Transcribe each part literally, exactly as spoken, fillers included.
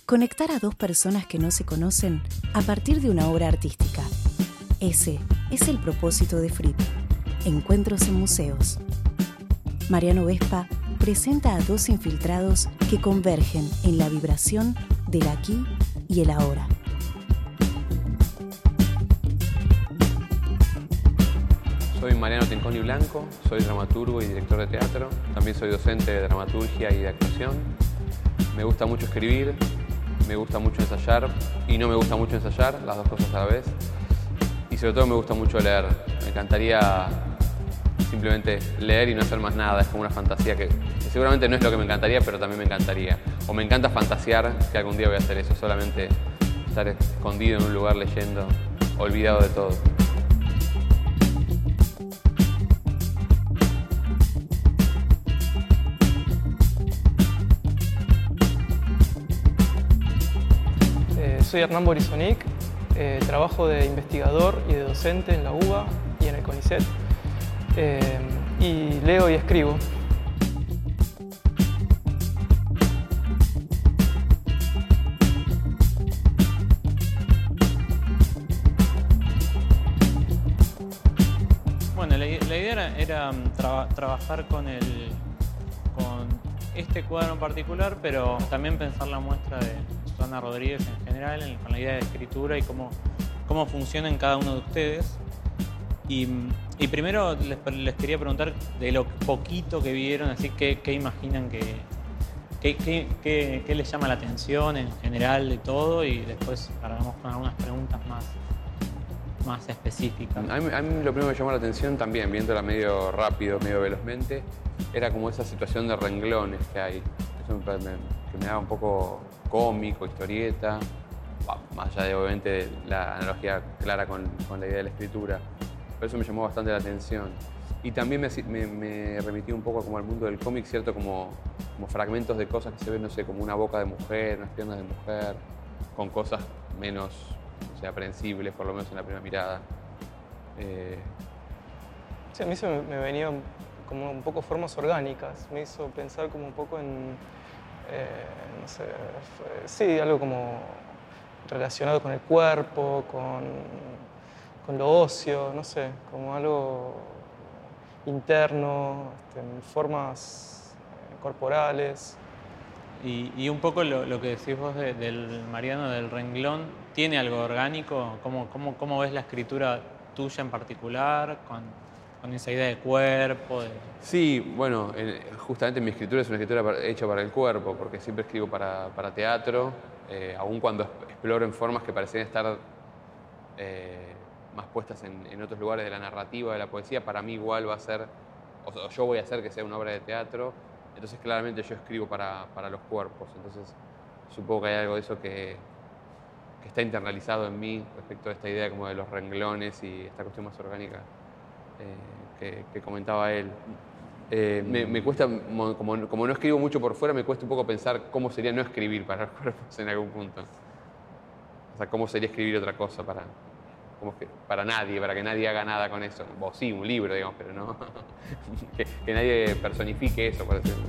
Conectar a dos personas que no se conocen a partir de una obra artística. Ese es el propósito de Fripp. Encuentros en museos. Mariano Vespa presenta a dos infiltrados que convergen en la vibración del aquí y el ahora. Soy Mariano Tenconi Blanco, soy dramaturgo y director de teatro. También soy docente de dramaturgia y de actuación. Me gusta mucho escribir, me gusta mucho ensayar y no me gusta mucho ensayar, las dos cosas a la vez. Y sobre todo me gusta mucho leer. Me encantaría simplemente leer y no hacer más nada. Es como una fantasía que, que seguramente no es lo que me encantaría, pero también me encantaría. O me encanta fantasear que algún día voy a hacer eso, solamente estar escondido en un lugar leyendo, olvidado de todo. Soy Hernán Borisonic, eh, trabajo de investigador y de docente en la U B A y en el CONICET, eh, y leo y escribo. Bueno, la, la idea era, era tra trabajar con, el, con este cuadro en particular, pero también pensar la muestra de Susana Rodríguez en general, en, con la idea de escritura y cómo, cómo funciona en cada uno de ustedes. Y, y primero les, les quería preguntar de lo poquito que vieron, así que qué imaginan que, qué, qué, qué, qué les llama la atención en general de todo, y después arrancamos con algunas preguntas más, más específicas. A mí, a mí lo primero que me llamó la atención también, viéndola medio rápido, medio velozmente, era como esa situación de renglones que hay. Eso me, me, que me daba un poco cómico, historieta, más allá de obviamente la analogía clara con, con la idea de la escritura. Por eso me llamó bastante la atención. Y también me, me, me remití un poco como al mundo del cómic, ¿cierto? Como, como fragmentos de cosas que se ven, no sé, como una boca de mujer, unas piernas de mujer, con cosas menos, no sé, aprensibles, por lo menos en la primera mirada. Eh... Sí, a mí se me, me venían como un poco formas orgánicas. Me hizo pensar como un poco en, eh, no sé, fue, sí, algo como relacionado con el cuerpo, con, con lo óseo, no sé, como algo interno, este, en formas corporales. Y, y un poco lo, lo que decís vos de, del Mariano, del renglón, ¿tiene algo orgánico? ¿Cómo, cómo, cómo ves la escritura tuya en particular, con, con esa idea de cuerpo? De... Sí, bueno, justamente mi escritura es una escritura hecha para el cuerpo, porque siempre escribo para, para teatro, eh, aun cuando exploro en formas que parecían estar eh, más puestas en, en otros lugares de la narrativa, de la poesía. Para mí igual va a ser, o, o yo voy a hacer que sea una obra de teatro. Entonces claramente yo escribo para, para los cuerpos, entonces supongo que hay algo de eso que, que está internalizado en mí respecto a esta idea como de los renglones y esta cuestión más orgánica eh, que, que comentaba él. Eh, me, me cuesta, como, como no escribo mucho por fuera, me cuesta un poco pensar cómo sería no escribir para los cuerpos en algún punto. O sea, cómo sería escribir otra cosa para... Como que para nadie, para que nadie haga nada con eso. O sí, un libro, digamos, pero no. que, que nadie personifique eso, por decirlo.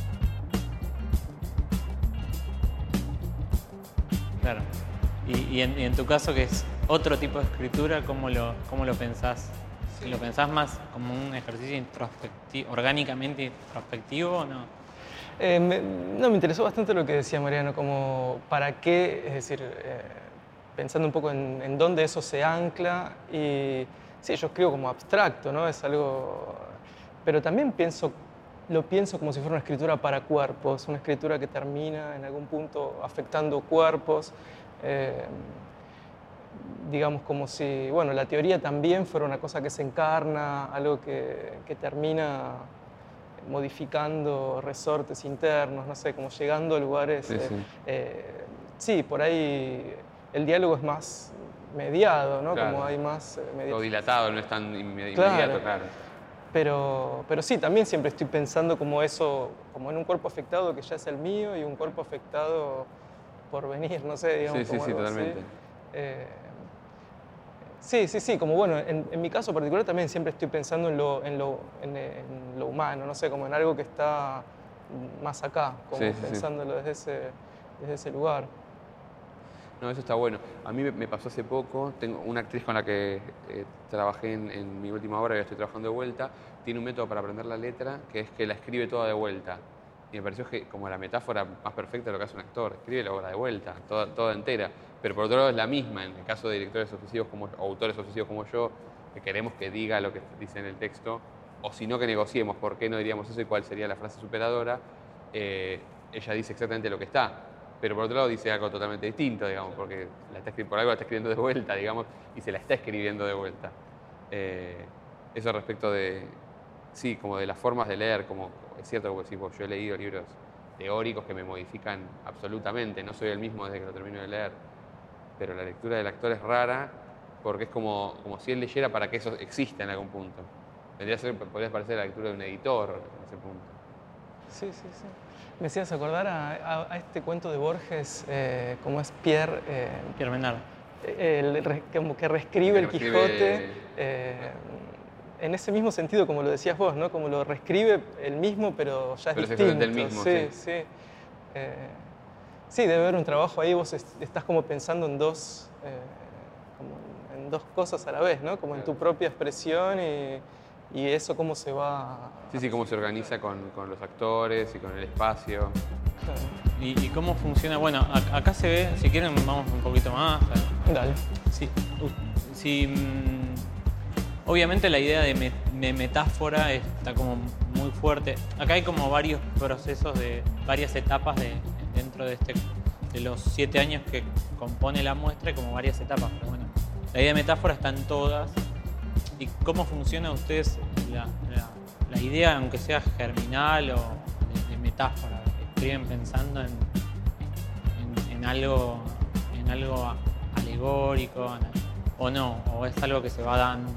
Claro. Y, y, en, y en tu caso, que es otro tipo de escritura, ¿cómo lo, cómo lo pensás? Sí. ¿Lo pensás más como un ejercicio introspectivo, orgánicamente introspectivo o no? Eh, me, no, me interesó bastante lo que decía Mariano, como para qué, es decir... Eh, pensando un poco en, en dónde eso se ancla, y sí, yo escribo como abstracto, ¿no? Es algo... Pero también pienso, lo pienso como si fuera una escritura para cuerpos, una escritura que termina en algún punto afectando cuerpos, eh, digamos como si, bueno, la teoría también fuera una cosa que se encarna, algo que, que termina modificando resortes internos, no sé, como llegando a lugares... Sí, sí. Eh, eh, sí, por ahí... El diálogo es más mediado, ¿no? Claro. Como hay más... Eh, Todo dilatado, no es tan inmediato, claro. claro. Pero, pero sí, también siempre estoy pensando como eso, como en un cuerpo afectado que ya es el mío y un cuerpo afectado por venir, no sé, digamos. Sí, sí, como sí, algo totalmente. Así. Eh, sí, sí, sí, como bueno, en, en mi caso particular también siempre estoy pensando en lo, en, lo, en, en lo humano, no sé, como en algo que está más acá, como Sí, sí, pensándolo sí. desde ese, desde ese lugar. No, eso está bueno. A mí me pasó hace poco, tengo una actriz con la que eh, trabajé en, en mi última obra y estoy trabajando de vuelta, tiene un método para aprender la letra que es que la escribe toda de vuelta. Y me pareció que como la metáfora más perfecta de lo que hace un actor, escribe la obra de vuelta, toda, toda entera. Pero por otro lado es la misma, en el caso de directores obsesivos como, o autores obsesivos como yo, que queremos que diga lo que dice en el texto, o si no que negociemos por qué no diríamos eso y cuál sería la frase superadora, eh, ella dice exactamente lo que está. Pero por otro lado dice algo totalmente distinto, digamos, porque la está, por algo la está escribiendo de vuelta, digamos, y se la está escribiendo de vuelta. Eh, eso respecto de, sí, como de las formas de leer, como es cierto que decís vos, yo he leído libros teóricos que me modifican absolutamente, no soy el mismo desde que lo termino de leer, pero la lectura del actor es rara porque es como, como si él leyera para que eso exista en algún punto. Vendría a ser, podría parecer la lectura de un editor en ese punto. Sí, sí, sí. Me hacías acordar a, a, a este cuento de Borges, eh, como es Pierre... Eh, Pierre Menard. El, como que reescribe el Quijote, eh, en ese mismo sentido, como lo decías vos, ¿no? Como lo reescribe el mismo, pero ya es pero distinto. Es del mismo, sí, sí. Sí. Eh, sí, debe haber un trabajo ahí, vos estás como pensando en dos, eh, como en dos cosas a la vez, ¿no? Como en tu propia expresión y... Y eso cómo se va... Sí, sí, cómo se organiza con, con los actores y con el espacio. Claro. ¿Y, y cómo funciona? Bueno, acá se ve, si quieren vamos un poquito más. Dale. Sí, sí, obviamente la idea de, me, de metáfora está como muy fuerte. Acá hay como varios procesos, de varias etapas de, dentro de, este, de los siete años que compone la muestra, como varias etapas. Pero bueno, la idea de metáfora está en todas. ¿Y cómo funciona a ustedes la, la, la idea, aunque sea germinal o de, de metáfora? ¿Escriben pensando en, en, en, algo, en algo alegórico o no? ¿O es algo que se va dando?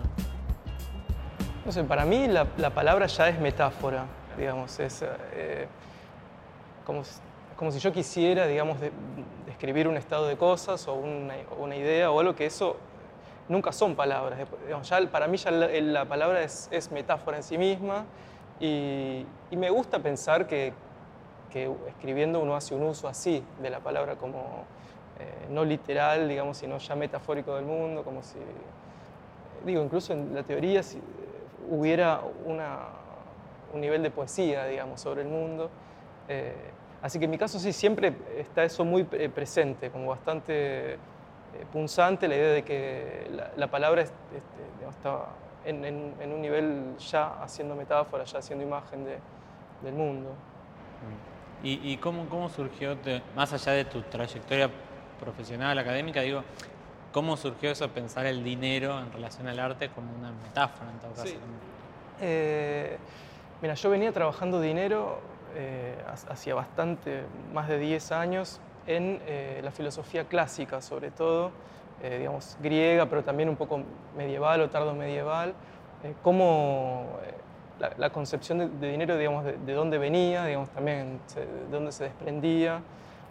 No sé, para mí la, la palabra ya es metáfora, digamos. Es eh, como, como si yo quisiera, digamos, de, describir un estado de cosas o una, una idea o algo que eso... Nunca son palabras. Ya, para mí ya la, la palabra es, es metáfora en sí misma y, y me gusta pensar que, que escribiendo uno hace un uso así de la palabra como eh, no literal, digamos, sino ya metafórico del mundo, como si, digo, incluso en la teoría si hubiera una, un nivel de poesía, digamos, sobre el mundo. Eh, así que en mi caso sí, siempre está eso muy presente, como bastante... punzante la idea de que la, la palabra este, digamos, está en, en, en un nivel ya haciendo metáfora, ya haciendo imagen de, del mundo. ¿Y, y cómo, cómo surgió, te, más allá de tu trayectoria profesional, académica, digo, cómo surgió eso de pensar el dinero en relación al arte como una metáfora en todo caso? Sí. Eh, mira, yo venía trabajando dinero eh, hacía bastante, más de diez años, en eh, la filosofía clásica, sobre todo, eh, digamos, griega, pero también un poco medieval o tardo medieval, eh, cómo eh, la, la concepción de, de dinero, digamos, de, de dónde venía, digamos, también se, de dónde se desprendía,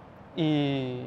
y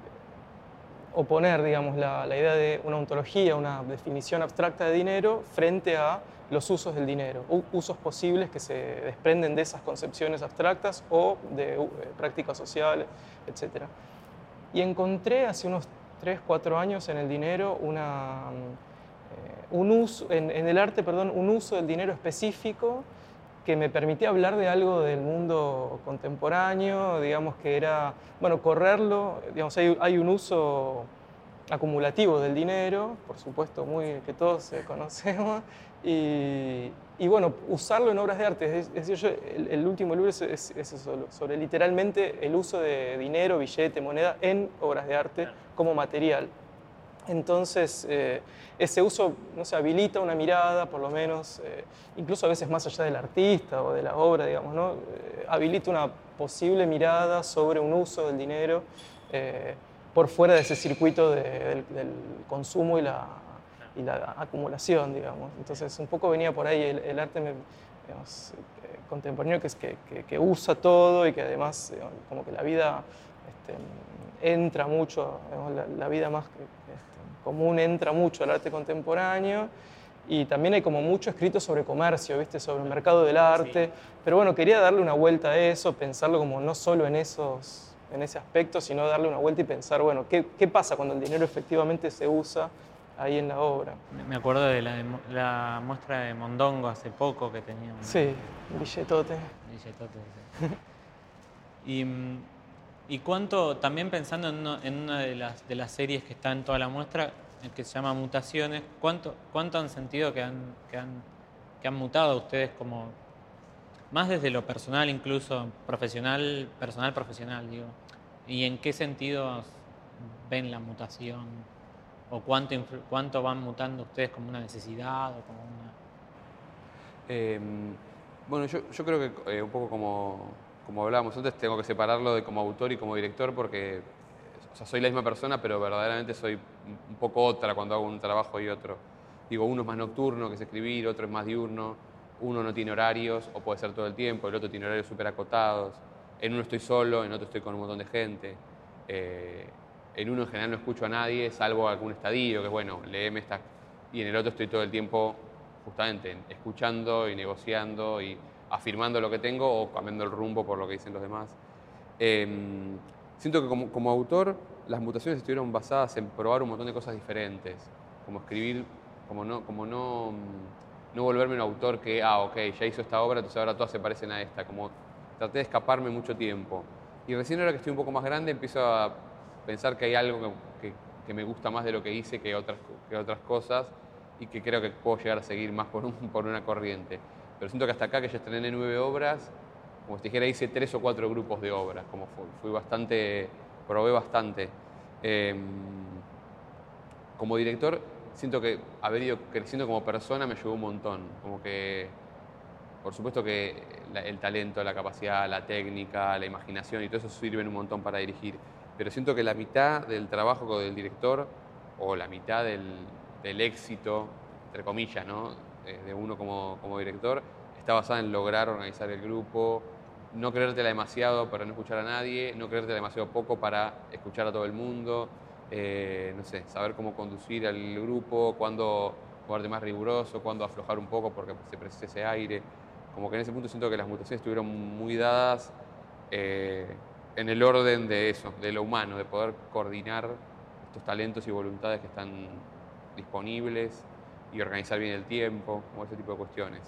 oponer, digamos, la, la idea de una ontología, una definición abstracta de dinero, frente a los usos del dinero, usos posibles que se desprenden de esas concepciones abstractas o de uh, prácticas sociales, etcétera. Y encontré hace unos tres, cuatro años en el dinero una, eh, un uso, en, en el arte, perdón, un uso del dinero específico que me permitía hablar de algo del mundo contemporáneo, digamos que era, bueno, correrlo, digamos, hay, hay un uso acumulativo del dinero, por supuesto, muy que todos conocemos, y, y bueno, usarlo en obras de arte. Es decir, yo, el, el último libro es, es, es eso, sobre literalmente el uso de dinero, billete, moneda en obras de arte como material. Entonces, eh, ese uso, no sé, habilita una mirada, por lo menos, eh, incluso a veces más allá del artista o de la obra, digamos, ¿no? Eh, habilita una posible mirada sobre un uso del dinero eh, por fuera de ese circuito de, del, del consumo y la, y la acumulación, digamos. Entonces, un poco venía por ahí el, el arte, digamos, eh, contemporáneo que, es que, que, que usa todo y que además, digamos, como que la vida este, entra mucho, digamos, la, la vida más este, común entra mucho al arte contemporáneo, y también hay como mucho escrito sobre comercio, ¿viste? Sobre el mercado del arte, sí. Pero bueno, quería darle una vuelta a eso, pensarlo como no solo en esos en ese aspecto, sino darle una vuelta y pensar, bueno, ¿qué, qué pasa cuando el dinero efectivamente se usa ahí en la obra? Me acuerdo de la, de la muestra de Mondongo hace poco que tenía un Sí, un billetote. billetote. Sí. y, y cuánto, también pensando en, uno, en una de las, de las series que está en toda la muestra, que se llama Mutaciones, ¿cuánto, cuánto han sentido que han, que, han, que han mutado ustedes como, más desde lo personal incluso, profesional, personal, profesional, digo? ¿Y en qué sentidos ven la mutación? ¿O cuánto, cuánto van mutando ustedes como una necesidad o como una...? Eh, bueno, yo, yo creo que eh, un poco como, como hablábamos antes, tengo que separarlo de como autor y como director porque, o sea, soy la misma persona, pero verdaderamente soy un poco otra cuando hago un trabajo y otro. Digo, uno es más nocturno, que es escribir, otro es más diurno, uno no tiene horarios, o puede ser todo el tiempo, el otro tiene horarios súper acotados. En uno estoy solo, en otro estoy con un montón de gente. Eh, en uno en general no escucho a nadie, salvo algún estadio, que es bueno, léeme esta... Y en el otro estoy todo el tiempo justamente escuchando y negociando y afirmando lo que tengo o cambiando el rumbo por lo que dicen los demás. Eh, siento que como, como autor las mutaciones estuvieron basadas en probar un montón de cosas diferentes, como escribir, como no, como no, no volverme un autor que, ah, ok, ya hizo esta obra, entonces ahora todas se parecen a esta, como traté de escaparme mucho tiempo. Y recién ahora que estoy un poco más grande empiezo a pensar que hay algo que, que, que me gusta más de lo que hice que otras, que otras cosas y que creo que puedo llegar a seguir más por, un, por una corriente. Pero siento que hasta acá, que ya estrené nueve obras, como si dijera, hice tres o cuatro grupos de obras, como fui, fui bastante, probé bastante. Eh, como director, siento que haber ido creciendo como persona me ayudó un montón, como que, por supuesto que la, el talento, la capacidad, la técnica, la imaginación y todo eso sirven un montón para dirigir, pero siento que la mitad del trabajo del director, o la mitad del, del éxito, entre comillas, ¿no?, de uno como, como director, está basada en lograr organizar el grupo, no creértela demasiado para no escuchar a nadie, no creértela demasiado poco para escuchar a todo el mundo, eh, no sé, saber cómo conducir al grupo, cuándo ponerte más riguroso, cuándo aflojar un poco porque se precisa ese aire. Como que en ese punto siento que las mutaciones estuvieron muy dadas eh, en el orden de eso, de lo humano, de poder coordinar estos talentos y voluntades que están disponibles y organizar bien el tiempo, como ese tipo de cuestiones.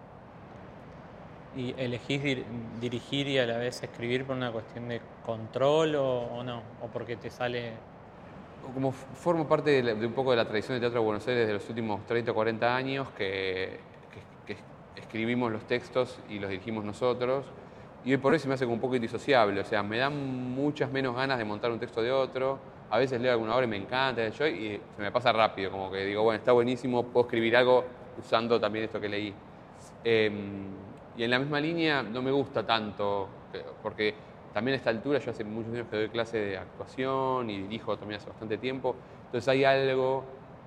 ¿Y elegís dir dirigir y a la vez escribir por una cuestión de control o, o no? ¿O porque te sale...? Como formo parte de, la, de un poco de la tradición del Teatro de Buenos Aires de los últimos treinta o cuarenta años, que, que, que escribimos los textos y los dirigimos nosotros, y hoy por hoy se me hace como un poco indisociable, o sea, me dan muchas menos ganas de montar un texto de otro, a veces leo alguna obra y me encanta, yo, y se me pasa rápido, como que digo, bueno, está buenísimo, puedo escribir algo usando también esto que leí. Eh, y en la misma línea no me gusta tanto, porque también a esta altura yo hace muchos años que doy clase de actuación y dirijo también hace bastante tiempo, entonces hay algo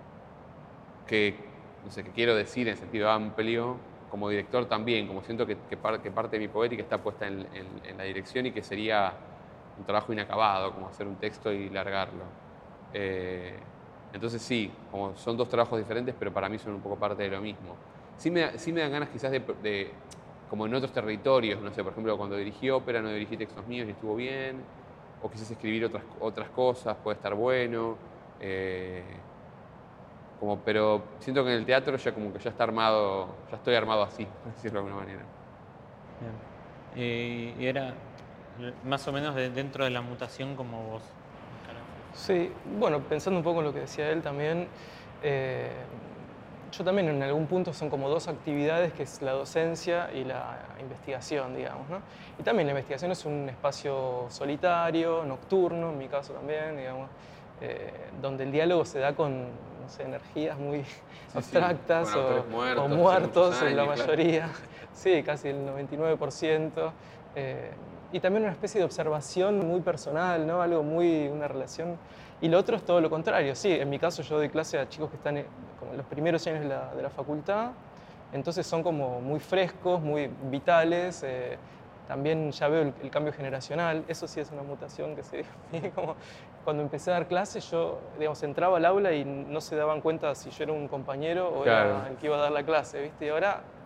que, no sé, que quiero decir en sentido amplio, como director también, como siento que, que, par, que parte de mi poética está puesta en, en, en la dirección y que sería un trabajo inacabado, como hacer un texto y largarlo. Eh, entonces sí, como son dos trabajos diferentes, pero para mí son un poco parte de lo mismo. Sí me, sí me dan ganas quizás de, de, como en otros territorios, no sé, por ejemplo, cuando dirigí ópera no dirigí textos míos y estuvo bien, o quizás escribir otras, otras cosas puede estar bueno, eh, como, pero siento que en el teatro ya como que ya está armado, ya estoy armado así, por decirlo de alguna manera. Bien. Y, y era más o menos de, dentro de la mutación como vos. Sí, bueno, pensando un poco en lo que decía él también, eh, yo también en algún punto son como dos actividades, que es la docencia y la investigación, digamos, ¿no? Y también la investigación es un espacio solitario, nocturno, en mi caso también, digamos, eh, donde el diálogo se da con, no sé, energías muy sí, abstractas sí. o muertos, o muertos años, en la claro. mayoría, sí, casi el noventa y nueve por ciento. Eh, y también una especie de observación muy personal, ¿no? Algo muy, una relación. Y lo otro es todo lo contrario, sí, en mi caso yo doy clase a chicos que están en, como en los primeros años de la, de la facultad, entonces son como muy frescos, muy vitales, eh, también ya veo el, el cambio generacional, eso sí es una mutación que se dio. Como cuando empecé a dar clases yo, digamos, entraba al aula y no se daban cuenta si yo era un compañero o claro. era el que iba a dar la clase, ¿viste? Y ahora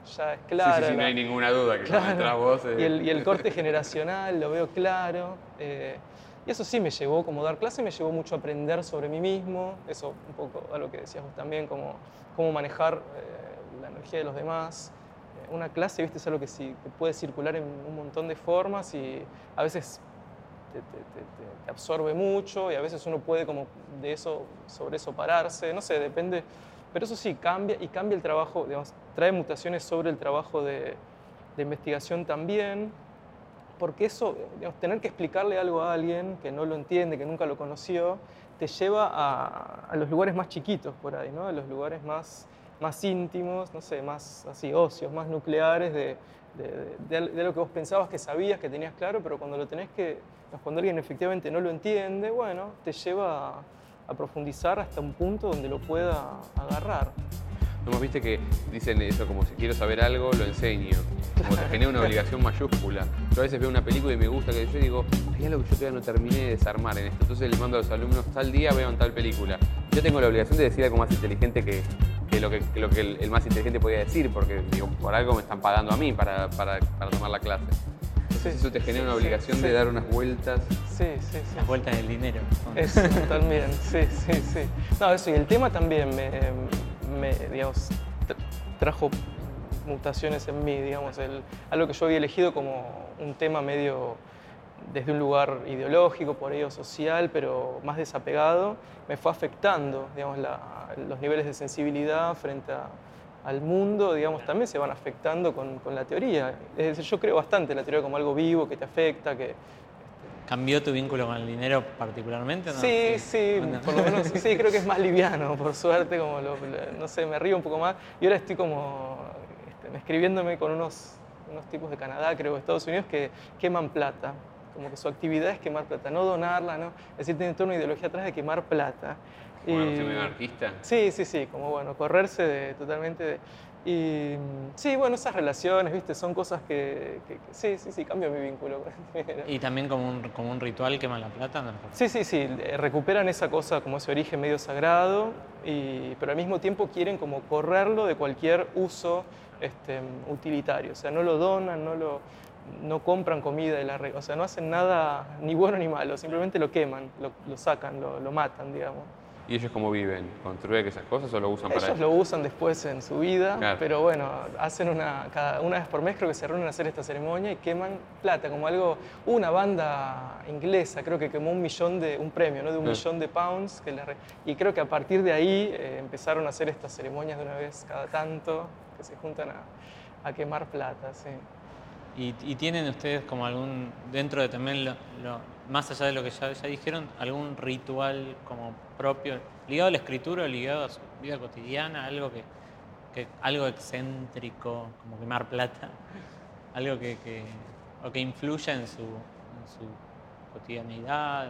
ya es clara. Sí, sí, sí, la, no hay ninguna duda que claro, cuando entras vos... Eh. Y, el, y el corte generacional lo veo claro. Eh, y eso sí me llevó, como dar clase, me llevó mucho a aprender sobre mí mismo. Eso un poco a lo que decías vos también, como cómo manejar eh, la energía de los demás. Eh, una clase, viste, es algo que, sí, que puede circular en un montón de formas y a veces te, te, te, te absorbe mucho y a veces uno puede como de eso, sobre eso pararse. No sé, depende... Pero eso sí, cambia y cambia el trabajo, digamos, trae mutaciones sobre el trabajo de, de investigación también, porque eso, digamos, tener que explicarle algo a alguien que no lo entiende, que nunca lo conoció, te lleva a, a los lugares más chiquitos por ahí, ¿no? A los lugares más, más íntimos, no sé, más así, ocios, más nucleares de, de, de, de lo que vos pensabas que sabías, que tenías claro, pero cuando lo tenés que, cuando alguien efectivamente no lo entiende, bueno, te lleva a, a profundizar hasta un punto donde lo pueda agarrar. ¿No viste que dicen eso como si quiero saber algo, lo enseño? Como te genera una obligación mayúscula. Yo a veces veo una película y me gusta, que yo digo, hay algo que yo todavía no terminé de desarmar en esto. Entonces le mando a los alumnos, tal día vean tal película. Yo tengo la obligación de decir algo más inteligente que, que lo que, que, lo que el, el más inteligente podía decir, porque digo, por algo me están pagando a mí para, para, para tomar la clase. Entonces sí, eso te genera sí, una obligación sí, de sí. dar unas vueltas. Sí, sí, sí. Las vueltas del dinero. Eso también, sí, sí, sí. No, eso, y el tema también me, me digamos, trajo mutaciones en mí, digamos, el, algo que yo había elegido como un tema medio desde un lugar ideológico, por ello social, pero más desapegado, me fue afectando, digamos, la, los niveles de sensibilidad frente a, al mundo, digamos, también se van afectando con, con la teoría. Es decir, yo creo bastante en la teoría como algo vivo, que te afecta, que... ¿Cambió tu vínculo con el dinero particularmente? ¿No? Sí, sí, sí, por lo menos sí, creo que es más liviano, por suerte, como lo, no sé, me río un poco más. Y ahora estoy como este, escribiéndome con unos, unos tipos de Canadá, creo, de Estados Unidos, que queman plata. Como que su actividad es quemar plata, no donarla, ¿no? Es decir, tienen toda una ideología atrás de quemar plata. ¿Como y, un anarquista? Sí, sí, sí, como bueno, correrse de, totalmente de... Y sí, bueno, esas relaciones, ¿viste? Son cosas que, que, que sí, sí, sí, cambia mi vínculo con el dinero. ¿Y también como un, como un ritual queman la plata? ¿No? Sí, sí, sí, recuperan esa cosa como ese origen medio sagrado, y, pero al mismo tiempo quieren como correrlo de cualquier uso este, utilitario. O sea, no lo donan, no lo... no compran comida de la red, o sea, no hacen nada ni bueno ni malo, simplemente lo queman, lo, lo sacan, lo, lo matan, digamos. ¿Y ellos cómo viven? ¿Construyen esas cosas o lo usan para eso? Ellos lo usan después en su vida, claro. Pero bueno, hacen una, cada, una vez por mes creo que se reúnen a hacer esta ceremonia y queman plata, como algo, una banda inglesa creo que quemó un millón de, un premio, ¿no? De un sí. millón de pounds, que la, y creo que a partir de ahí eh, empezaron a hacer estas ceremonias de una vez cada tanto, que se juntan a, a quemar plata, sí. ¿Y, ¿Y tienen ustedes como algún, dentro de también, lo, lo, más allá de lo que ya, ya dijeron, algún ritual como propio, ligado a la escritura o ligado a su vida cotidiana, algo que, que algo excéntrico, como quemar plata, algo que, que, o que influya en su, en su cotidianidad?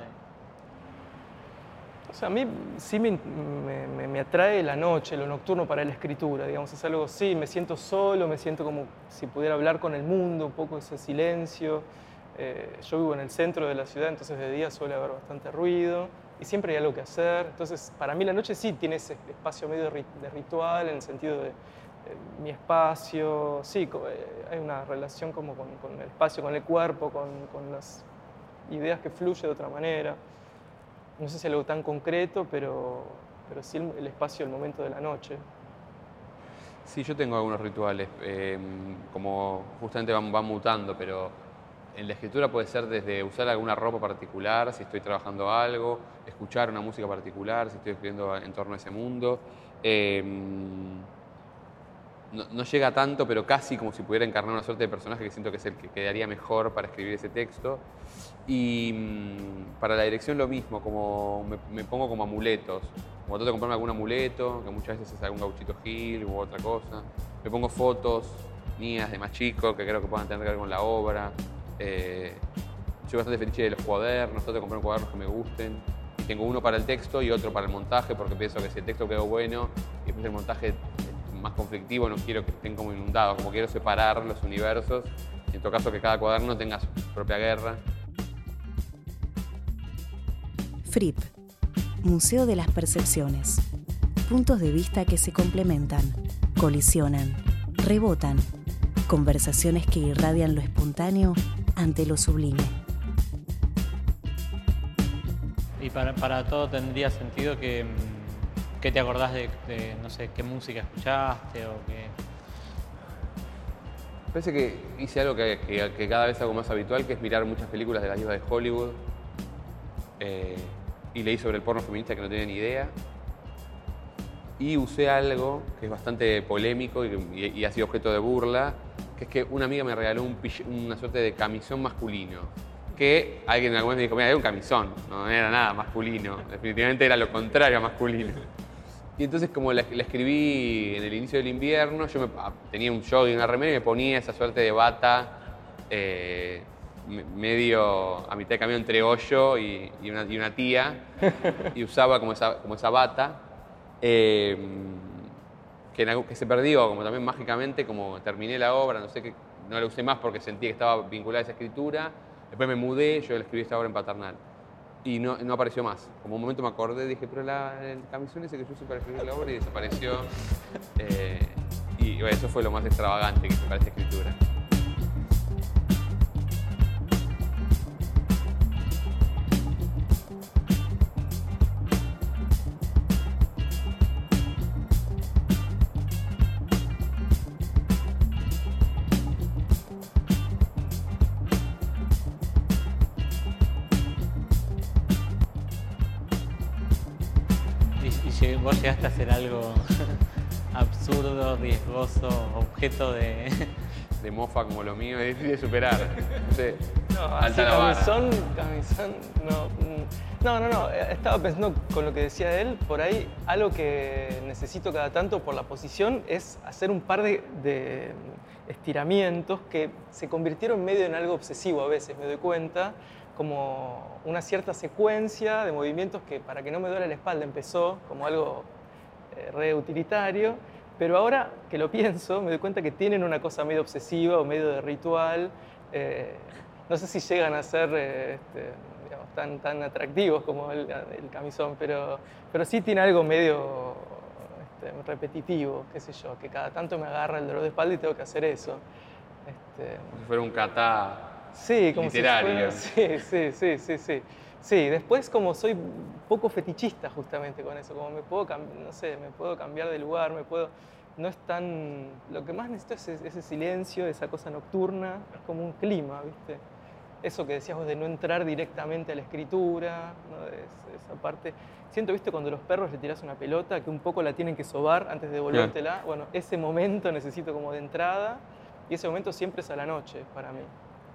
O sea, a mí sí me, me, me atrae la noche, lo nocturno para la escritura, digamos, es algo, sí, me siento solo, me siento como si pudiera hablar con el mundo, un poco ese silencio. Eh, yo vivo en el centro de la ciudad, entonces de día suele haber bastante ruido y siempre hay algo que hacer. Entonces, para mí la noche sí tiene ese espacio medio de ritual, en el sentido de eh, mi espacio, sí, eh, hay una relación como con, con el espacio, con el cuerpo, con, con las ideas que fluye de otra manera. No sé si es algo tan concreto, pero, pero sí el, el espacio, el momento de la noche. Sí, yo tengo algunos rituales, eh, como justamente van, van mutando, pero en la escritura puede ser desde usar alguna ropa particular, si estoy trabajando algo, escuchar una música particular, si estoy escribiendo en torno a ese mundo. Eh, no, no llega tanto, pero casi como si pudiera encarnar una suerte de personaje que siento que es el que quedaría mejor para escribir ese texto. Y mmm, para la dirección lo mismo, como me, me pongo como amuletos. Como trato de comprarme algún amuleto, que muchas veces es algún gauchito Gil u otra cosa. Me pongo fotos mías de más chico, que creo que puedan tener que ver con la obra. Eh, soy bastante fetiche de los cuadernos, trato de comprar cuadernos que me gusten. Y tengo uno para el texto y otro para el montaje, porque pienso que si el texto quedó bueno y después el montaje más conflictivo, no quiero que estén como inundados, como quiero separar los universos. Y en todo caso que cada cuaderno tenga su propia guerra. Fripp, Museo de las Percepciones. Puntos de vista que se complementan, colisionan, Rebotan. Conversaciones que irradian lo espontáneo ante lo sublime. Y para, para todo tendría sentido que, que te acordás de, de, no sé, qué música escuchaste o qué... Parece que hice algo que, que, que cada vez hago más habitual, que es mirar muchas películas de las divas de Hollywood. Eh, y leí sobre el porno feminista que no tenía ni idea. Y usé algo que es bastante polémico y, y, y ha sido objeto de burla, que es que una amiga me regaló un, una suerte de camisón masculino. Que alguien en algún momento me dijo, mira, era un camisón, no era nada masculino. Definitivamente era lo contrario a masculino. Y entonces, como la, la escribí en el inicio del invierno, yo me, tenía un jogging, una remera y me ponía esa suerte de bata eh, medio a mitad de camino entre hoyo y, y, una, y una tía. Y usaba como esa, como esa bata. Eh, que, en, que se perdió como también mágicamente, como terminé la obra, no sé qué, no la usé más porque sentí que estaba vinculada a esa escritura. Después me mudé, yo la escribí esta obra en Paternal y no, no apareció más. Como un momento me acordé, dije, pero la, el camisón ese que yo usé para escribir la obra y desapareció. Eh, y bueno, eso fue lo más extravagante que hice para esa escritura. ¿Vos llegaste a hacer algo absurdo, riesgoso, objeto de... de mofa como lo mío? Es difícil de superar. No sé, no, así camisón, camisón, no, no, no, no. Estaba pensando con lo que decía él, por ahí algo que necesito cada tanto por la posición es hacer un par de, de estiramientos que se convirtieron medio en algo obsesivo a veces, me doy cuenta, como una cierta secuencia de movimientos que para que no me duele la espalda empezó como algo eh, re utilitario, pero ahora que lo pienso me doy cuenta que tienen una cosa medio obsesiva o medio de ritual. Eh, no sé si llegan a ser eh, este, digamos, tan, tan atractivos como el, el camisón, pero, pero sí tiene algo medio este, repetitivo, qué sé yo, que cada tanto me agarra el dolor de espalda y tengo que hacer eso. Este, como si fuera un kata. Sí, como literario. Si fuera, sí, sí, sí, sí, sí. Sí, después como soy poco fetichista justamente con eso, como me puedo, no sé, me puedo cambiar de lugar, me puedo, no es tan, lo que más necesito es ese silencio, esa cosa nocturna, es como un clima, ¿viste? Eso que decías vos de no entrar directamente a la escritura, ¿no? Es, esa parte. Siento, ¿viste? Cuando los perros le tirás una pelota, que un poco la tienen que sobar antes de devolvértela. Yeah. Bueno, ese momento necesito como de entrada, y ese momento siempre es a la noche para mí.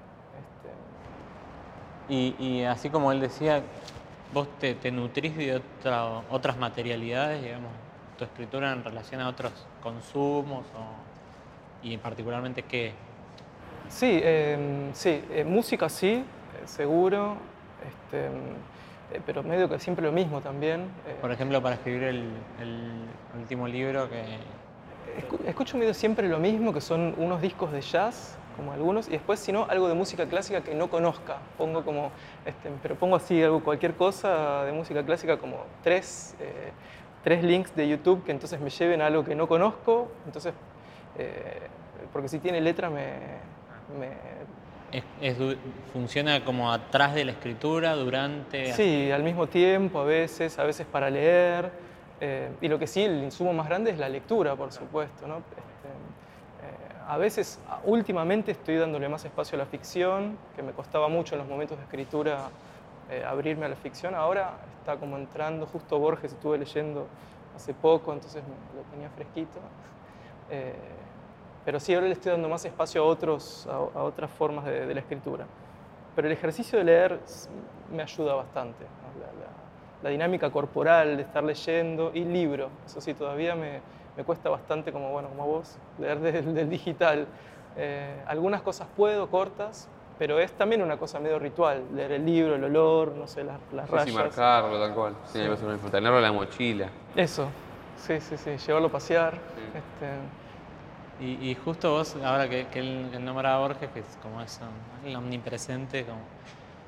Y, y así como él decía, vos te, te nutrís de otra, otras materialidades, digamos, tu escritura en relación a otros consumos o, y particularmente qué. Sí, eh, sí, eh, música sí, eh, seguro, este, eh, pero medio que siempre lo mismo también. Eh. Por ejemplo, para escribir el, el último libro que... Escucho medio siempre lo mismo, que son unos discos de jazz, como algunos, y después, si no, algo de música clásica que no conozca. Pongo como, este, pero pongo así algo, cualquier cosa de música clásica, como tres, eh, tres links de YouTube que entonces me lleven a algo que no conozco. Entonces, eh, porque si tiene letra me... me... Es, es, ¿Funciona como atrás de la escritura, durante...? Sí, al mismo tiempo, a veces, a veces para leer. Eh, y lo que sí, el insumo más grande es la lectura, por supuesto, ¿no? A veces, últimamente estoy dándole más espacio a la ficción, que me costaba mucho en los momentos de escritura eh, abrirme a la ficción. Ahora está como entrando, justo Borges estuve leyendo hace poco, entonces lo tenía fresquito. Eh, pero sí, ahora le estoy dando más espacio a, otros, a, a otras formas de, de la escritura. Pero el ejercicio de leer me ayuda bastante, ¿no? la, la, la dinámica corporal de estar leyendo y libro, eso sí, todavía me... Me cuesta bastante, como, bueno, como vos, leer del, del digital. Eh, algunas cosas puedo, cortas, pero es también una cosa medio ritual. Leer el libro, el olor, no sé, las, las sí, rayas. Sí, marcarlo, tal cual. Sí, sí. Tenerlo en la mochila. Eso, sí, sí, sí. Llevarlo a pasear. Sí. Este... Y, y justo vos, ahora que, que él, él nombraba a Borges, que es como eso, el omnipresente, como...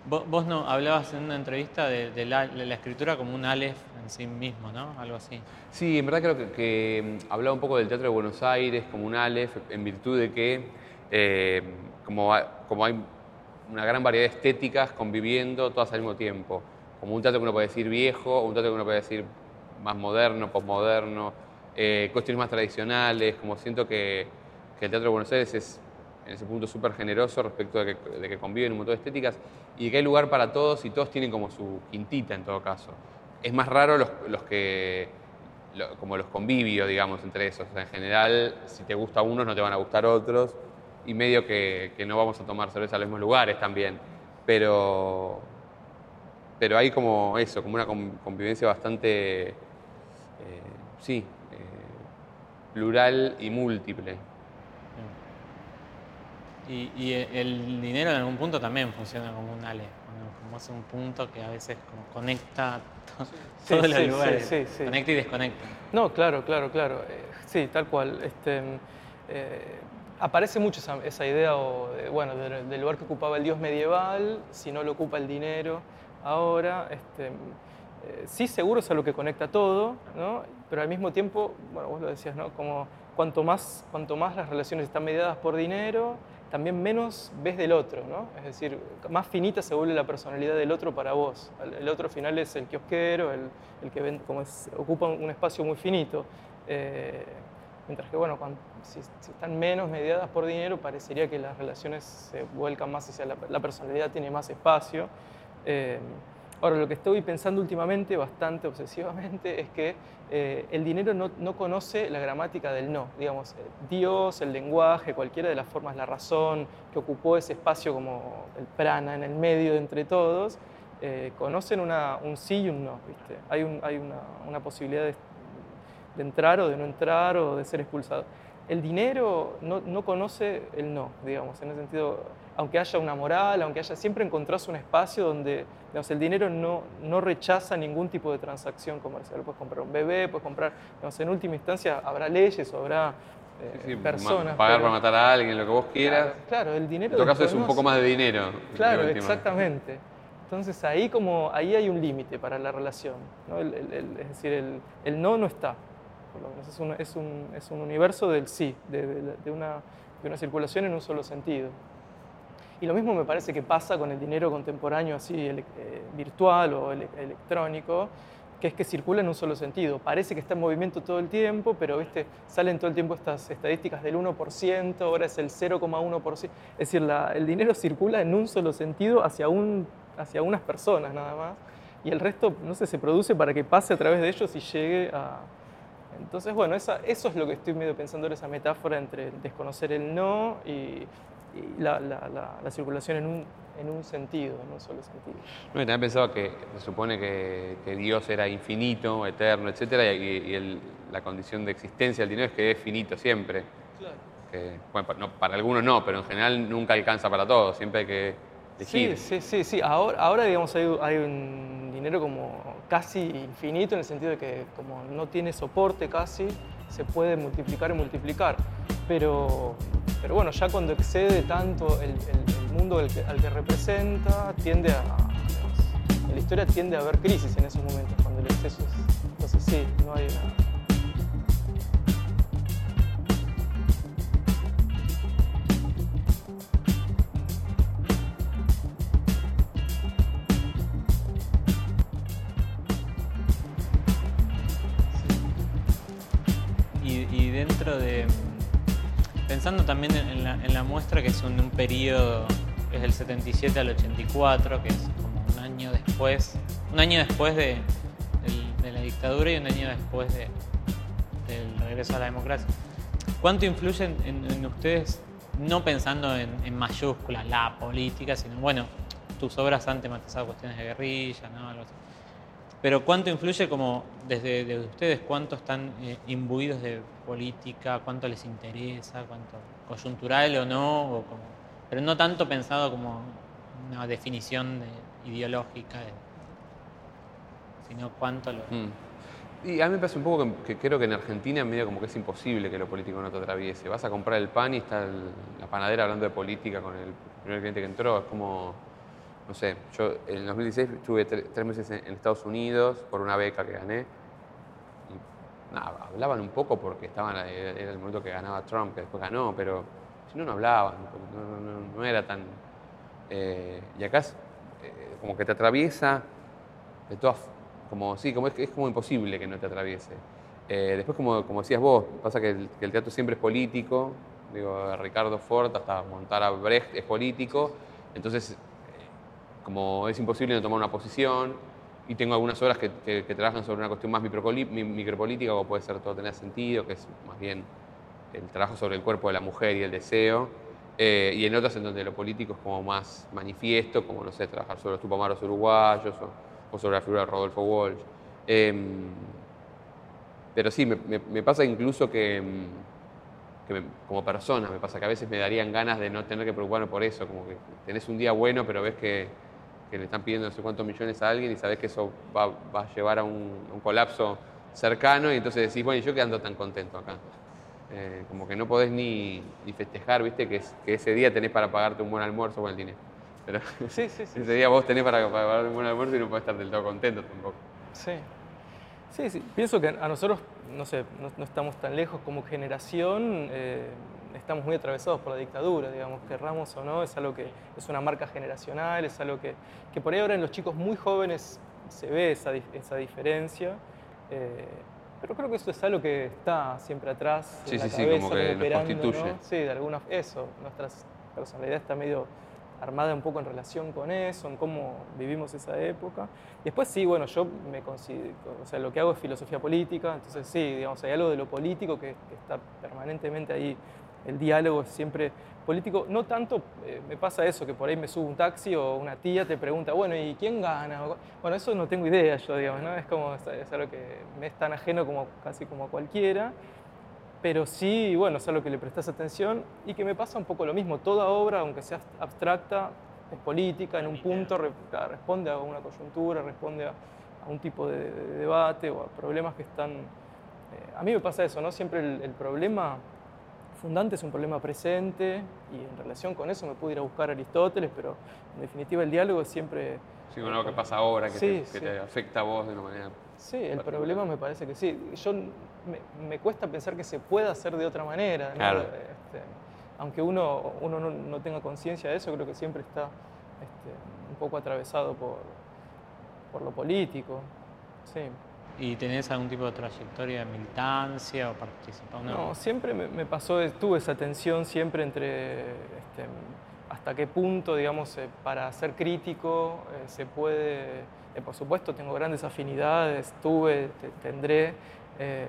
Vos, vos no hablabas en una entrevista de, de, la, de la escritura como un Aleph en sí mismo, ¿no? Algo así. Sí, en verdad creo que, que hablaba un poco del teatro de Buenos Aires como un Aleph, en virtud de que eh, como, como hay una gran variedad de estéticas conviviendo todas al mismo tiempo. Como un teatro que uno puede decir viejo, o un teatro que uno puede decir más moderno, posmoderno, eh, cuestiones más tradicionales. Como siento que, que el teatro de Buenos Aires es en ese punto súper generoso respecto de que, de que conviven un montón de estéticas y que hay lugar para todos y todos tienen como su quintita en todo caso. Es más raro los, los que, lo, como los convivios, digamos, entre esos. O sea, en general, si te gusta unos, no te van a gustar otros y medio que, que no vamos a tomar cerveza en los mismos lugares también. Pero, pero hay como eso, como una convivencia bastante, eh, sí, eh, plural y múltiple. Y, y el dinero en algún punto también funciona como un ale, como es un punto que a veces como conecta to sí, todos sí, los sí, lugares, sí, sí, conecta y desconecta. No, claro, claro, claro, eh, sí, tal cual. Este, eh, aparece mucho esa, esa idea o de, bueno, de, del lugar que ocupaba el dios medieval, si no lo ocupa el dinero ahora. Este, eh, sí, seguro es algo que conecta todo, ¿no? Pero al mismo tiempo, bueno, vos lo decías, ¿no? Como cuanto más, cuanto más las relaciones están mediadas por dinero, también menos ves del otro, ¿no? Es decir, más finita se vuelve la personalidad del otro para vos. El otro al final es el kiosquero, el, el que ven, como es, ocupa un espacio muy finito. Eh, mientras que, bueno, cuando, si, si están menos mediadas por dinero, parecería que las relaciones se vuelcan más hacia la, la personalidad, tiene más espacio. Eh, ahora, lo que estoy pensando últimamente, bastante obsesivamente, es que eh, el dinero no, no conoce la gramática del no. Digamos, Dios, el lenguaje, cualquiera de las formas, la razón, que ocupó ese espacio como el prana en el medio de entre todos, eh, conocen una, un sí y un no, ¿viste? Hay, un, hay una, una posibilidad de, de entrar o de no entrar o de ser expulsado. El dinero no, no conoce el no, digamos, en ese sentido, aunque haya una moral, aunque haya, siempre encontrás un espacio donde, digamos, el dinero no, no rechaza ningún tipo de transacción comercial. Puedes comprar un bebé, puedes comprar, digamos, en última instancia habrá leyes o habrá eh, sí, sí, personas. Pagar pero, para matar a alguien, lo que vos quieras. Claro, claro, el dinero. En todo caso es un poco más de dinero. Claro, exactamente. Entonces ahí, como, ahí hay un límite para la relación, ¿no? El, el, el, es decir, el, el no no está. Por lo menos es un, es un, es un universo del sí, de, de, de, una, de una circulación en un solo sentido. Y lo mismo me parece que pasa con el dinero contemporáneo así ele, eh, virtual o ele, electrónico, que es que circula en un solo sentido. Parece que está en movimiento todo el tiempo, pero ¿viste? Salen todo el tiempo estas estadísticas del uno por ciento, ahora es el cero coma uno por ciento. Es decir, la, el dinero circula en un solo sentido hacia, un, hacia unas personas nada más, y el resto, no sé, se produce para que pase a través de ellos y llegue a... Entonces, bueno, esa, eso es lo que estoy medio pensando en esa metáfora entre desconocer el no y, y la, la, la, la circulación en un, en un sentido, en un solo sentido. No, y también pensaba que se supone que, que Dios era infinito, eterno, etcétera, y, y el, la condición de existencia del dinero es que es finito siempre. Claro. Que, bueno, no, para algunos no, pero en general nunca alcanza para todos, siempre hay que elegir. Sí, sí, sí, sí. Ahora, ahora digamos, hay, hay un dinero como casi infinito en el sentido de que como no tiene soporte casi, se puede multiplicar y multiplicar. Pero, pero bueno, ya cuando excede tanto el, el, el mundo al que, al que representa, tiende a, digamos, en la historia tiende a haber crisis en esos momentos, cuando el exceso es... Entonces sí, no hay una... Dentro de, pensando también en la, en la muestra, que es un, un periodo, es del setenta y siete al ochenta y cuatro, que es como un año después, un año después de, de, de la dictadura y un año después de, del regreso a la democracia. ¿Cuánto influye en, en, en ustedes, no pensando en, en mayúsculas, la política, sino, bueno, tus obras han tematizado cuestiones de guerrilla, ¿no? Algo así. Pero ¿cuánto influye como desde, desde ustedes? ¿Cuánto están eh, imbuidos de política? ¿Cuánto les interesa? ¿Cuánto coyuntural o no? O como, pero no tanto pensado como una definición de, ideológica, de, sino cuánto lo... Mm. Y a mí me pasa un poco que, que creo que en Argentina medio como que es imposible que lo político no te atraviese. Vas a comprar el pan y está el, la panadera hablando de política con el primer cliente que entró. Es como... no sé, yo en el dos mil dieciséis estuve tre- tres meses en, en Estados Unidos por una beca que gané. Y nada, hablaban un poco porque estaban, era, era el momento que ganaba Trump, que después ganó, pero si no, no hablaban, no, no, no, no era tan... Eh, y acá es eh, como que te atraviesa de todas, como, sí, como es, es como imposible que no te atraviese. Eh, después, como, como decías vos, pasa que el, que el teatro siempre es político, digo, Ricardo Ford hasta montar a Brecht es político, entonces eh, como es imposible no tomar una posición, y tengo algunas obras que, que, que trabajan sobre una cuestión más micropoli- mi- micropolítica, como puede ser Todo tener sentido, que es más bien el trabajo sobre el cuerpo de la mujer y el deseo, eh, y en otras en donde lo político es como más manifiesto, como, no sé, trabajar sobre los tupamaros uruguayos o, o sobre la figura de Rodolfo Walsh. Eh, pero sí, me, me, me pasa incluso que, que me, como persona, me pasa que a veces me darían ganas de no tener que preocuparme por eso, como que tenés un día bueno, pero ves que, que le están pidiendo no sé cuántos millones a alguien y sabés que eso va, va a llevar a un, un colapso cercano, y entonces decís, bueno, ¿y yo qué ando tan contento acá? Eh, como que no podés ni, ni festejar, ¿viste? Que, es, que ese día tenés para pagarte un buen almuerzo con el dinero. Pero Sí, sí, sí. ese sí. día vos tenés para pagar un buen almuerzo y no podés estar del todo contento tampoco. Sí. Sí, sí. Pienso que a nosotros, no sé, no, no estamos tan lejos como generación, eh, estamos muy atravesados por la dictadura, digamos, querramos o no, es algo que es una marca generacional, es algo que, que por ahí ahora en los chicos muy jóvenes se ve esa, esa diferencia, eh, pero creo que eso es algo que está siempre atrás, Sí, en la sí, sí, cabeza, como que nos operando, constituye. ¿no? Sí, de alguna eso, nuestra personalidad está medio armada un poco en relación con eso, en cómo vivimos esa época. Y después sí, bueno, yo me considero, o sea, lo que hago es filosofía política, entonces sí, digamos, hay algo de lo político que, que está permanentemente ahí, el diálogo es siempre político, no tanto, eh, me pasa eso, que por ahí me subo un taxi o una tía te pregunta, bueno, ¿y quién gana? Bueno, eso no tengo idea yo, digamos, ¿no? Es como, es algo que me es tan ajeno como casi como a cualquiera, pero sí, bueno, es algo que le prestas atención y que me pasa un poco lo mismo. Toda obra, aunque sea abstracta, es política, en un punto re, responde a una coyuntura, responde a, a un tipo de, de debate o a problemas que están... Eh, a mí me pasa eso, ¿no? Siempre el, el problema fundante es un problema presente y en relación con eso me pude ir a buscar a Aristóteles, pero en definitiva el diálogo es siempre... Sí, con algo que pasa ahora, que, sí, te, que sí. te afecta a vos de una manera... Sí, el problema me parece que sí. Yo me, me cuesta pensar que se pueda hacer de otra manera, ¿no? Claro. Este, aunque uno, uno no, no tenga conciencia de eso, creo que siempre está este, un poco atravesado por, por lo político. Sí. ¿Y tenés algún tipo de trayectoria de militancia o participado? No, no siempre me, me pasó, tuve esa tensión siempre entre este, hasta qué punto, digamos, eh, para ser crítico eh, se puede... Eh, por supuesto, tengo grandes afinidades, tuve, te, tendré, eh,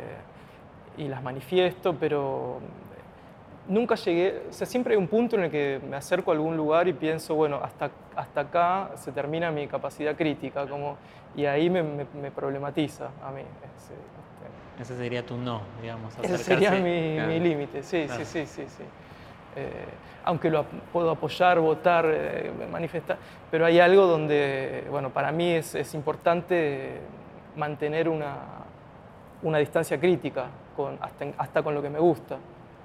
y las manifiesto, pero nunca llegué, o sea, siempre hay un punto en el que me acerco a algún lugar y pienso, bueno, hasta, hasta acá se termina mi capacidad crítica, como, y ahí me, me, me problematiza a mí. Es, este, Ese sería tu no, digamos, ese acercarse. sería mi, Claro. mi límite, sí, Claro. sí, sí, sí, sí. Eh, aunque lo ap- puedo apoyar, votar, eh, manifestar, pero hay algo donde, bueno, para mí es, es importante mantener una, una distancia crítica con, hasta, hasta con lo que me gusta.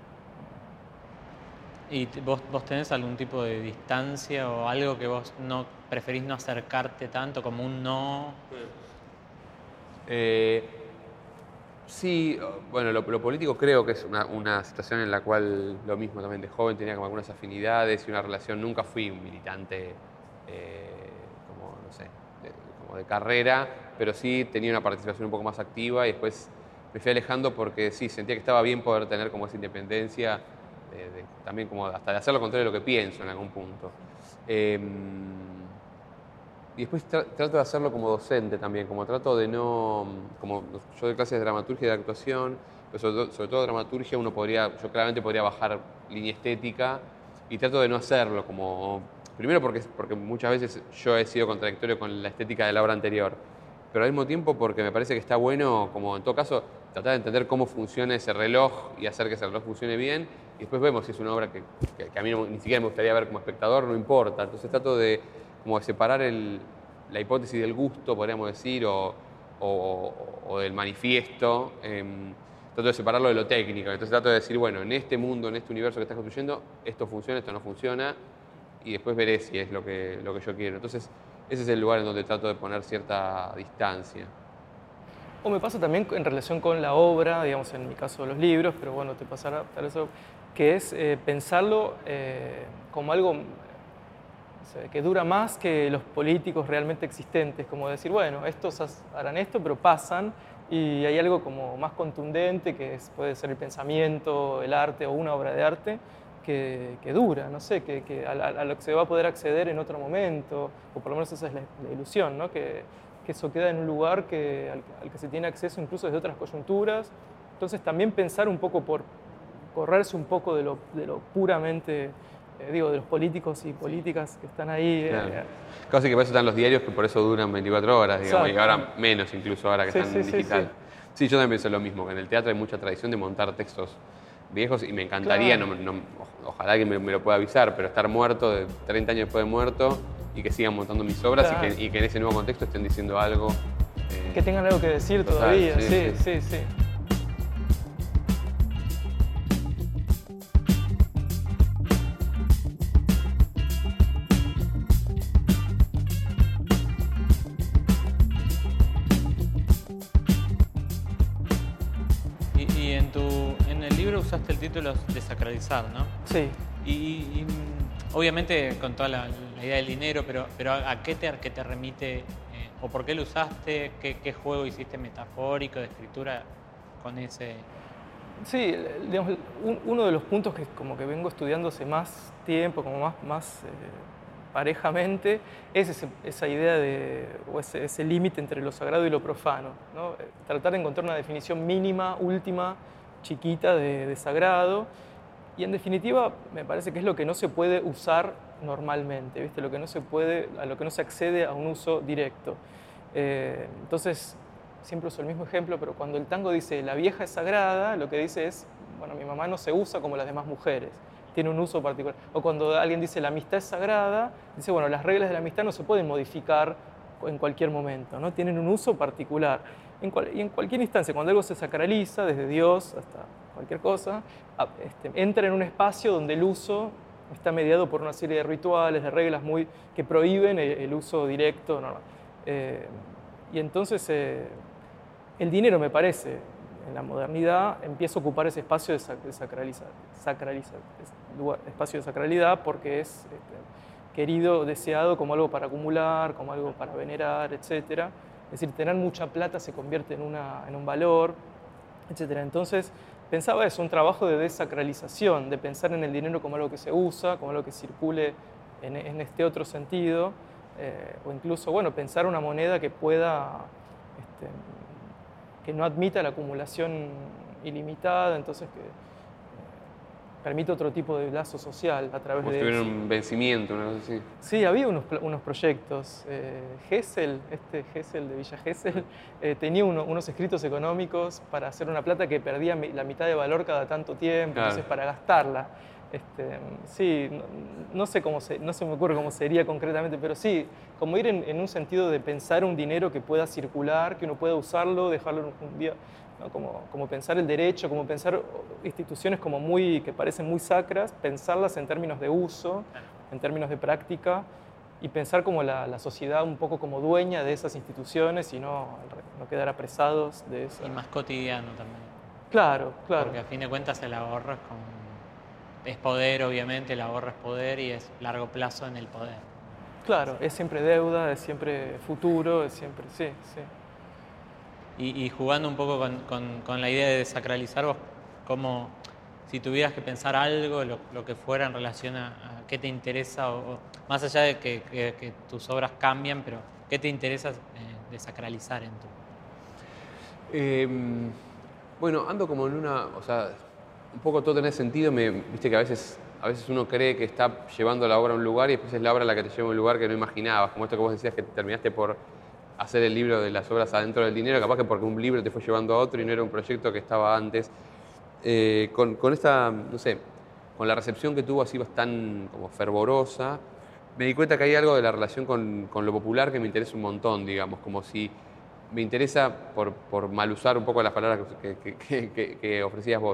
¿Y te- vos, vos tenés algún tipo de distancia o algo que vos no preferís no acercarte tanto, como un no? Eh, sí, bueno, lo, lo político creo que es una, una situación en la cual lo mismo también de joven tenía como algunas afinidades y una relación, nunca fui un militante eh, como, no sé, de, como de carrera, pero sí tenía una participación un poco más activa y después me fui alejando porque sí, sentía que estaba bien poder tener como esa independencia, de, de, también como hasta de hacer lo contrario de lo que pienso en algún punto. Eh, Y después tra trato de hacerlo como docente también, como trato de no, como yo doy clases de dramaturgia y de actuación, pero sobre, todo, sobre todo dramaturgia uno podría, yo claramente podría bajar línea estética y trato de no hacerlo como, primero porque, porque muchas veces yo he sido contradictorio con la estética de la obra anterior, pero al mismo tiempo porque me parece que está bueno, como en todo caso, tratar de entender cómo funciona ese reloj y hacer que ese reloj funcione bien, y después vemos si es una obra que, que, que a mí no, ni siquiera me gustaría ver como espectador, no importa, entonces trato de como de separar el, la hipótesis del gusto, podríamos decir, o, o, o del manifiesto, eh, trato de separarlo de lo técnico. Entonces trato de decir, bueno, en este mundo, en este universo que estás construyendo, esto funciona, esto no funciona, y después veré si es lo que, lo que yo quiero. Entonces, ese es el lugar en donde trato de poner cierta distancia. O me pasa también en relación con la obra, digamos, en mi caso los libros, pero bueno, te pasará tal eso, que es eh, pensarlo eh, como algo que dura más que los políticos realmente existentes, como decir, bueno, estos harán esto, pero pasan, y hay algo como más contundente, que es, puede ser el pensamiento, el arte o una obra de arte, que, que dura, no sé, que, que a, a lo que se va a poder acceder en otro momento, o por lo menos esa es la, la ilusión, ¿no? que, que eso queda en un lugar que, al, al que se tiene acceso incluso desde otras coyunturas. Entonces también pensar un poco por correrse un poco de lo, de lo puramente... Eh, digo, de los políticos y políticas que están ahí. Claro. Eh, Casi que por eso están los diarios, que por eso duran veinticuatro horas, digamos, Exacto. y ahora menos incluso, ahora que Sí, están sí, en sí, digital. sí. Sí, yo también pienso lo mismo, que en el teatro hay mucha tradición de montar textos viejos y me encantaría, Claro. no, no, ojalá que me, me lo pueda avisar, pero estar muerto, de treinta años después de muerto, y que sigan montando mis obras Claro. y, que, y que en ese nuevo contexto estén diciendo algo. eh, Que tengan algo que decir Total, todavía, sí, sí, sí. sí, sí. Y, y en, tu, en el libro usaste el título Desacralizar, ¿no? Sí. Y, y, mm, obviamente con toda la, la idea del dinero, pero, pero ¿a a qué te, qué te remite eh, o por qué lo usaste? ¿Qué, qué juego hiciste metafórico de escritura con ese? Sí, digamos, un- uno de los puntos que como que vengo estudiando hace más tiempo, como más, más eh, parejamente, es ese- esa idea de, o ese, ese límite entre lo sagrado y lo profano, ¿no? Eh, Tratar de encontrar una definición mínima, última, chiquita de, de sagrado, y en definitiva me parece que es lo que no se puede usar normalmente, ¿viste? Lo que no se puede, a lo que no se accede a un uso directo. Eh, entonces, siempre uso el mismo ejemplo, pero cuando el tango dice la vieja es sagrada, lo que dice es, bueno, mi mamá no se usa como las demás mujeres, tiene un uso particular. O cuando alguien dice la amistad es sagrada, dice, bueno, las reglas de la amistad no se pueden modificar en cualquier momento, ¿no? Tienen un uso particular. En cual, y en cualquier instancia, cuando algo se sacraliza, desde Dios hasta cualquier cosa, a- este, entra en un espacio donde el uso está mediado por una serie de rituales, de reglas muy, que prohíben el, el uso directo. No, no. Eh, y entonces eh, el dinero, me parece, en la modernidad empieza a ocupar ese espacio de, sac- de sacralizar, sacralizar, es- lugar- espacio de sacralidad, porque es este, querido, deseado como algo para acumular, como algo para venerar, etcétera. Es decir, tener mucha plata se convierte en, una, en un valor, etcétera. Entonces, pensaba eso, un trabajo de desacralización, de pensar en el dinero como algo que se usa, como algo que circule en, en este otro sentido, eh, o incluso, bueno, pensar una moneda que pueda, este, que no admita la acumulación ilimitada, entonces que eh, permite otro tipo de lazo social a través como si de tuviera eso. un vencimiento, una cosa así. Sí, había unos, pl- unos proyectos. Eh, Gesell, este Gesell de Villa Gesell, eh, tenía uno- unos escritos económicos para hacer una plata que perdía mi- la mitad de valor cada tanto tiempo, Claro. entonces para gastarla. Este, sí, no, no sé cómo se, no se me ocurre cómo sería concretamente, pero sí, como ir en, en un sentido de pensar un dinero que pueda circular, que uno pueda usarlo, dejarlo un día, ¿no? como, como pensar el derecho, como pensar instituciones como muy, que parecen muy sacras, pensarlas en términos de uso, en términos de práctica, y pensar como la, la sociedad un poco como dueña de esas instituciones y no, no quedar apresados de eso. Y más cotidiano también. Claro, claro. Porque a fin de cuentas el ahorro es, como, es poder, obviamente, el ahorro es poder y es largo plazo en el poder. Claro, es siempre deuda, es siempre futuro, es siempre, sí, sí. Y, y jugando un poco con, con- con la idea de desacralizar, vos, como si tuvieras que pensar algo, lo, lo que fuera en relación a, a qué te interesa, o, o más allá de que, que- que tus obras cambian, pero ¿qué te interesa eh, desacralizar en tu? Eh, bueno, ando como en una, o sea, un poco todo tiene sentido, me, viste que a veces, a veces uno cree que está llevando la obra a un lugar y después es la obra la que te lleva a un lugar que no imaginabas, como esto que vos decías que terminaste por hacer el libro de las obras adentro del dinero, capaz que porque un libro te fue llevando a otro y no era un proyecto que estaba antes. Eh, con, con esta, no sé, con la recepción que tuvo así tan como fervorosa, me di cuenta que hay algo de la relación con, con lo popular que me interesa un montón, digamos, como si me interesa, por, por mal usar un poco las palabras que, que, que, que ofrecías vos,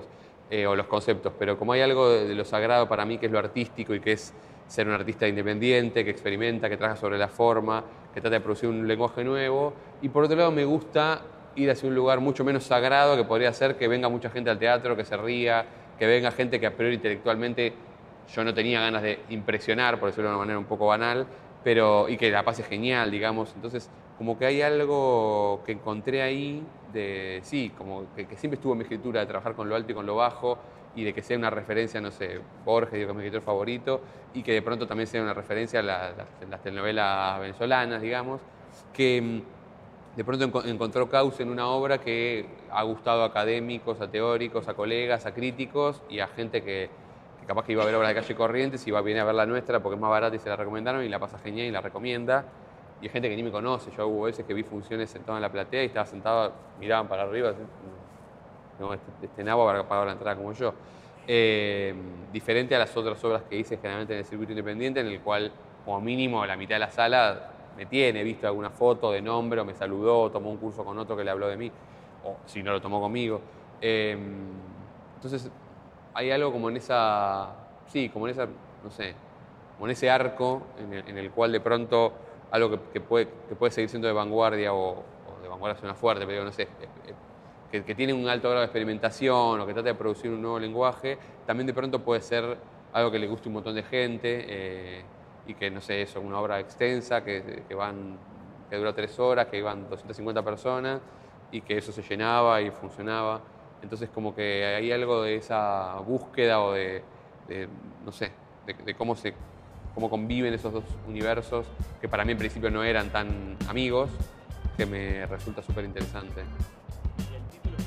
eh, o los conceptos, pero como hay algo de, de lo sagrado para mí que es lo artístico y que es ser un artista independiente, que experimenta, que trabaja sobre la forma, que trata de producir un lenguaje nuevo, y por otro lado me gusta ir hacia un lugar mucho menos sagrado, que podría ser que venga mucha gente al teatro, que se ría, que venga gente que a priori intelectualmente yo no tenía ganas de impresionar, por decirlo de una manera un poco banal, pero, y que la pase genial, digamos. Entonces, como que hay algo que encontré ahí, de sí, como que, que siempre estuvo en mi escritura, de trabajar con lo alto y con lo bajo, y de que sea una referencia, no sé, Borges, digo que es mi escritor favorito, y que de pronto también sea una referencia a la, las, las telenovelas venezolanas, digamos, que de pronto enco- encontró cauce en una obra que ha gustado a académicos, a teóricos, a colegas, a críticos y a gente que, que capaz que iba a ver obra de Calle Corrientes y va a venir a ver la nuestra porque es más barata y se la recomendaron y la pasa genial y la recomienda. Y hay gente que ni me conoce. Yo hubo veces que vi funciones sentado en la platea y estaba sentado, miraban para arriba, así, no, este, este nabo para pagar la entrada como yo. Eh, diferente a las otras obras que hice generalmente en el circuito independiente, en el cual como mínimo la mitad de la sala me tiene, he visto alguna foto de nombre, o me saludó, o tomó un curso con otro que le habló de mí, o si no lo tomó conmigo. Eh, entonces, hay algo como en esa, sí, como en esa, no sé, como en ese arco en el, en el cual de pronto algo que, que, puede, que puede seguir siendo de vanguardia, o, o de vanguardia suena fuerte, pero digo, no sé, que, que tiene un alto grado de experimentación, o que trata de producir un nuevo lenguaje, también de pronto puede ser algo que le guste a un montón de gente, eh, y que, no sé, eso, una obra extensa, que, que, van, que dura tres horas, que iban doscientas cincuenta personas, y que eso se llenaba y funcionaba. Entonces, como que hay algo de esa búsqueda o de, de no sé, de, de cómo, se, cómo conviven esos dos universos, que para mí en principio no eran tan amigos, que me resulta súper interesante. ¿Y el título?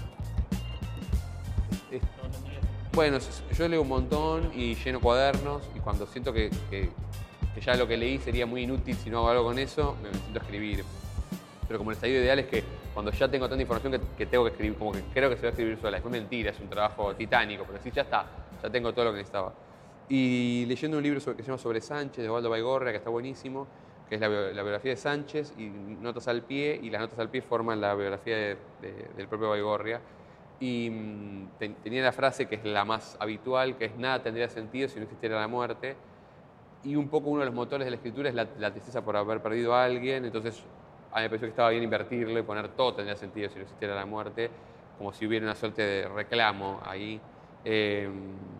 Es, bueno, yo leo un montón y lleno cuadernos, y cuando siento que, que que ya lo que leí sería muy inútil si no hago algo con eso, me siento a escribir. Pero como el estadio ideal es que cuando ya tengo tanta información que, que tengo que escribir, como que creo que se va a escribir sola. Es muy mentira, es un trabajo titánico, pero sí, ya está, ya tengo todo lo que necesitaba. Y leyendo un libro sobre, que se llama Sobre Sánchez, de Osvaldo Baigorria, que está buenísimo, que es la, la biografía de Sánchez y notas al pie, y las notas al pie forman la biografía de, de, del propio Baigorria. Y mmm, ten, tenía la frase que es la más habitual, que es nada tendría sentido si no existiera la muerte. Y un poco uno de los motores de la escritura es la, la tristeza por haber perdido a alguien, entonces a mí me pareció que estaba bien invertirlo y poner todo tendría sentido si no existiera la muerte, como si hubiera una suerte de reclamo ahí. Eh,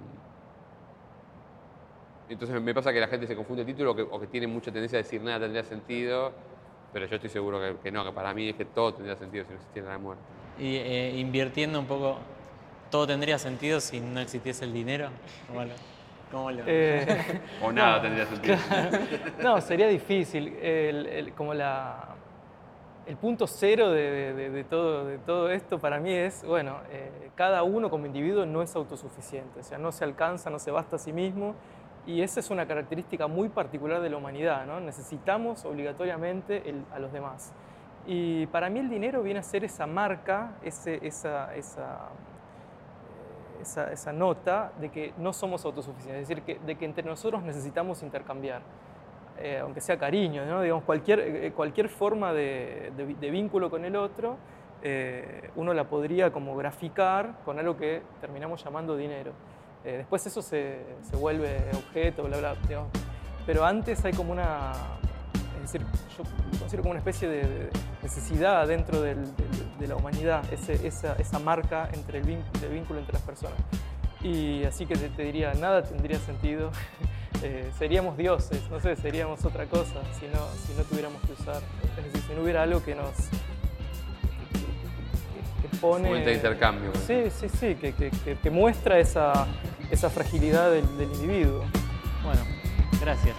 entonces me pasa que la gente se confunde el título o que, o que tiene mucha tendencia a decir nada tendría sentido, pero yo estoy seguro que, que no, que para mí es que todo tendría sentido si no existiera la muerte. Y eh, invirtiendo un poco, ¿todo tendría sentido si no existiese el dinero? Bueno. ¿Cómo lo... Eh, o nada no, tendría sentido. Claro, no, sería difícil. El, el, como la, el punto cero de, de, de, todo, de todo esto para mí es, bueno, eh, cada uno como individuo no es autosuficiente, o sea, no se alcanza, no se basta a sí mismo, y esa es una característica muy particular de la humanidad, ¿no? Necesitamos obligatoriamente el, a los demás. Y para mí el dinero viene a ser esa marca, ese, esa... esa Esa, esa nota de que no somos autosuficientes, es decir, que, de que entre nosotros necesitamos intercambiar, eh, aunque sea cariño, ¿no? Digamos, cualquier, eh, cualquier forma de, de, de vínculo con el otro, eh, uno la podría como graficar con algo que terminamos llamando dinero. Eh, después eso se, se vuelve objeto, bla, bla, digamos. Pero antes hay como una, es decir, yo considero como una especie de, de necesidad dentro del, del, de la humanidad, ese, esa, esa marca entre el vínculo, el vínculo entre las personas. Y así que te, te diría, nada tendría sentido, eh, seríamos dioses, no sé, seríamos otra cosa si no, si no tuviéramos que usar, es decir, si no hubiera algo que nos que, que pone... Momento de intercambio. Sí, sí, sí, que, que, que, que muestra esa, esa fragilidad del, del individuo. Bueno, gracias.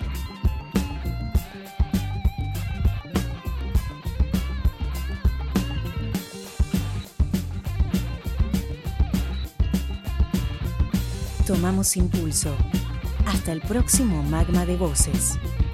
Tomamos impulso. Hasta el próximo Magma de Voces.